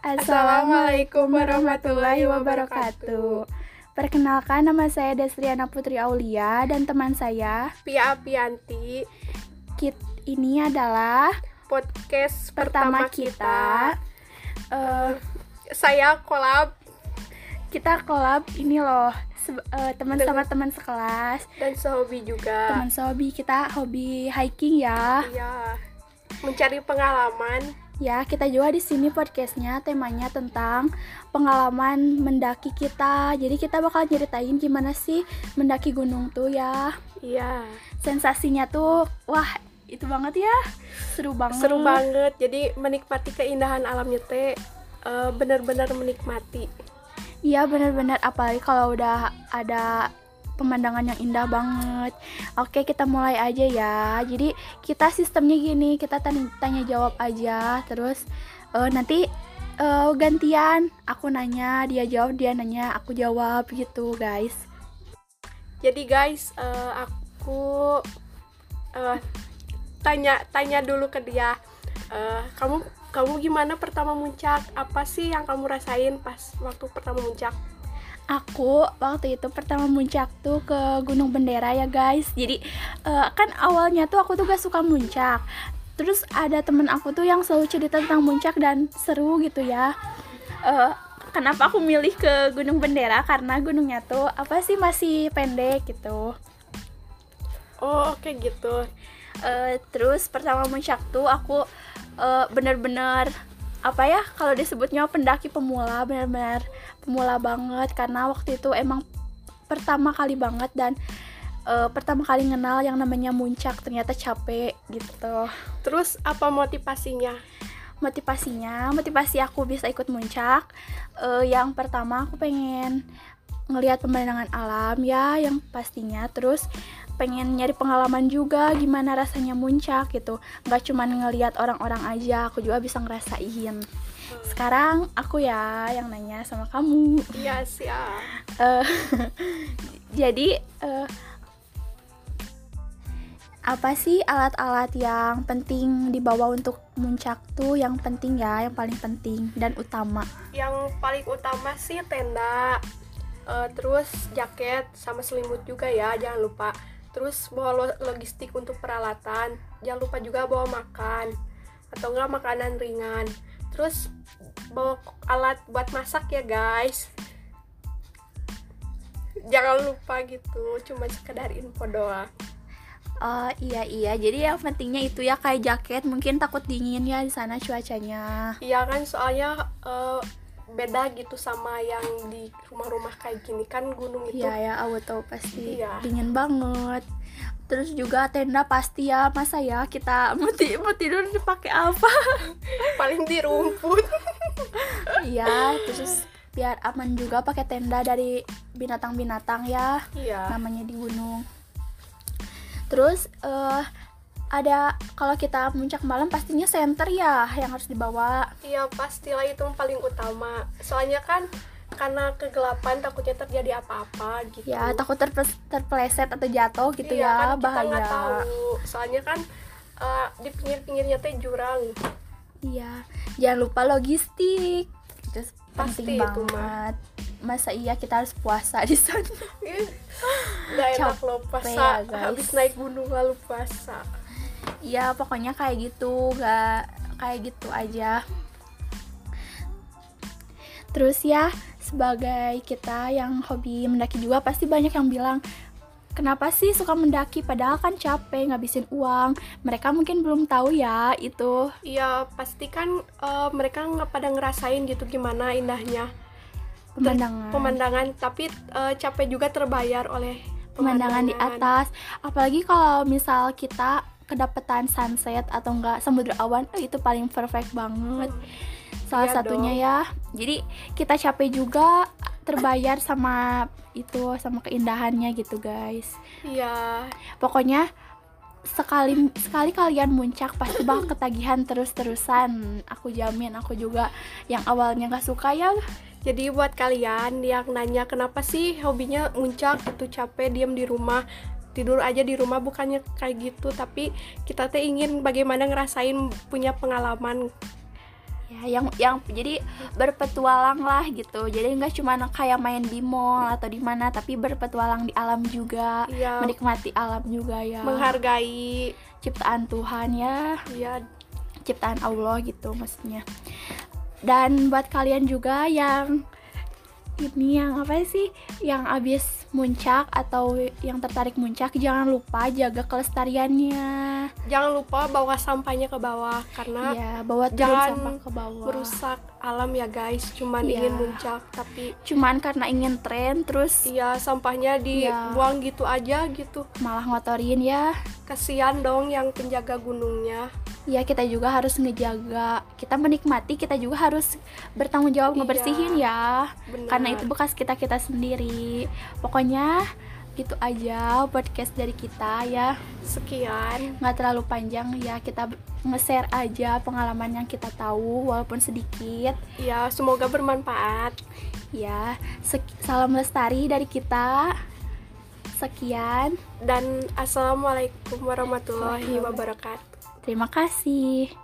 Assalamualaikum warahmatullahi wabarakatuh. Perkenalkan, nama saya Desriana Putri Aulia dan teman saya Pia Apianti. Ini adalah Podcast pertama kita. Saya kolab Kita collab ini loh, teman sama teman sekelas. dan sehobi juga. Teman sehobi kita hobi hiking ya. Iya, mencari pengalaman. Ya, kita juga di sini podcastnya temanya tentang pengalaman mendaki kita. Jadi kita bakal nyeritain gimana sih mendaki gunung tuh ya. Iya, Sensasinya tuh, wah itu banget ya, seru banget. seru banget. Jadi menikmati keindahan alamnya teh, benar-benar menikmati. Iya benar-benar, apalagi kalau udah ada pemandangan yang indah banget. Oke, kita mulai aja ya. Jadi kita sistemnya gini, kita tanya jawab aja. Terus nanti gantian, aku nanya, dia jawab, dia nanya, aku jawab gitu guys. Jadi guys, aku tanya dulu ke dia. Kamu gimana pertama muncak? Apa sih yang kamu rasain pas waktu pertama muncak? Aku waktu itu pertama muncak tuh ke Gunung Bendera ya guys. Jadi kan awalnya tuh aku tuh gak suka muncak. Terus ada temen aku tuh yang selalu cerita tentang muncak dan seru gitu ya. Kenapa aku milih ke Gunung Bendera? Karena gunungnya tuh apa sih masih pendek gitu. Oh, oke gitu. Terus pertama muncak tuh aku bener-bener apa ya, kalau disebutnya pendaki pemula, benar-benar pemula banget karena waktu itu emang pertama kali banget dan pertama kali kenal yang namanya muncak, ternyata capek gitu. Terus apa motivasi Motivasi aku bisa ikut muncak, yang pertama aku pengen ngelihat pemandangan alam ya yang pastinya, terus pengen nyari pengalaman juga gimana rasanya muncak gitu, nggak cuman ngelihat orang-orang aja, aku juga bisa ngerasain. Sekarang aku ya yang nanya sama kamu. Iya sih. Jadi apa sih alat-alat yang penting dibawa untuk muncak tuh, yang penting ya, yang paling penting dan utama? Yang paling utama sih tenda, terus jaket sama selimut juga ya, jangan lupa. Terus bawa logistik untuk peralatan, jangan lupa juga bawa makan atau enggak makanan ringan. Terus bawa alat buat masak ya guys, jangan lupa gitu, cuma sekedar info doang. Iya, jadi yang pentingnya itu ya, kayak jaket, mungkin takut dingin ya di sana cuacanya. Iya kan, soalnya beda gitu sama yang di rumah-rumah kayak gini kan, gunung itu. Iya ya, aku tahu pasti Iya. dingin banget. Terus juga tenda pasti ya, masa ya kita mau tidur dipakai apa? Paling di rumput. Iya, terus biar aman juga pakai tenda dari binatang-binatang ya, Iya. namanya di gunung. Terus ada, kalau kita muncak malam pastinya senter ya yang harus dibawa. Iya, pastilah itu yang paling utama. Soalnya kan karena kegelapan takutnya terjadi apa-apa gitu. Ya, takut terpeleset atau jatuh gitu Iya, ya, kan kita bahaya. nggak tahu. Soalnya kan di pinggir-pinggirnya teh jurang. Iya, jangan lupa logistik. Terus Pasti penting itu banget. Masa iya kita harus puasa di sana? Nggak enak loh Capek puasa, ya, guys. habis naik gunung lalu puasa. Iya, pokoknya kayak gitu, gak kayak gitu aja. Terus ya, sebagai kita yang hobi mendaki juga pasti banyak yang bilang, kenapa sih suka mendaki padahal kan capek, ngabisin uang. Mereka mungkin belum tahu ya itu Iya, pasti kan mereka nggak pada ngerasain gitu gimana indahnya pemandangan, tapi capek juga terbayar oleh pemandangan di atas. Apalagi kalau misal kita kedapetan sunset atau enggak samudra awan, itu paling perfect banget. Salah Iya satunya dong. ya. Jadi kita capek juga terbayar sama itu, sama keindahannya gitu guys. Iya. Pokoknya sekali kalian muncak pasti bakal ketagihan terus-terusan. Aku jamin, aku juga yang awalnya gak suka ya. Jadi buat kalian yang nanya kenapa sih hobinya muncak itu capek diam di rumah, tidur aja di rumah, bukannya kayak gitu, tapi kita teh ingin bagaimana ngerasain punya pengalaman. Ya yang jadi berpetualang lah gitu. Jadi nggak cuma kayak main di mall atau di mana, tapi berpetualang di alam juga, Iya, menikmati alam juga ya. menghargai. Ciptaan Tuhan ya, Iya, ciptaan Allah gitu maksudnya. Dan buat kalian juga yang ini yang apa sih, yang abis muncak atau yang tertarik muncak, jangan lupa jaga kelestariannya. jangan lupa bawa sampahnya ke bawah karena Ya, bawa turun jangan sampah ke bawah. merusak alam ya guys, cuman Iya. ingin muncak tapi Cuman karena ingin tren terus iya sampahnya dibuang gitu aja gitu. malah ngotorin ya. Kasihan dong yang penjaga gunungnya. Ya kita juga harus ngejaga, kita menikmati, kita juga harus bertanggung jawab Iya. ngebersihin ya. Benar. Karena itu bekas kita sendiri. Pokoknya gitu aja podcast dari kita ya. Sekian. Nggak terlalu panjang ya, kita nge-share aja pengalaman yang kita tahu walaupun sedikit Ya, semoga bermanfaat. ya. Salam lestari dari kita. Sekian, Dan assalamualaikum warahmatullahi wabarakatuh. terima kasih.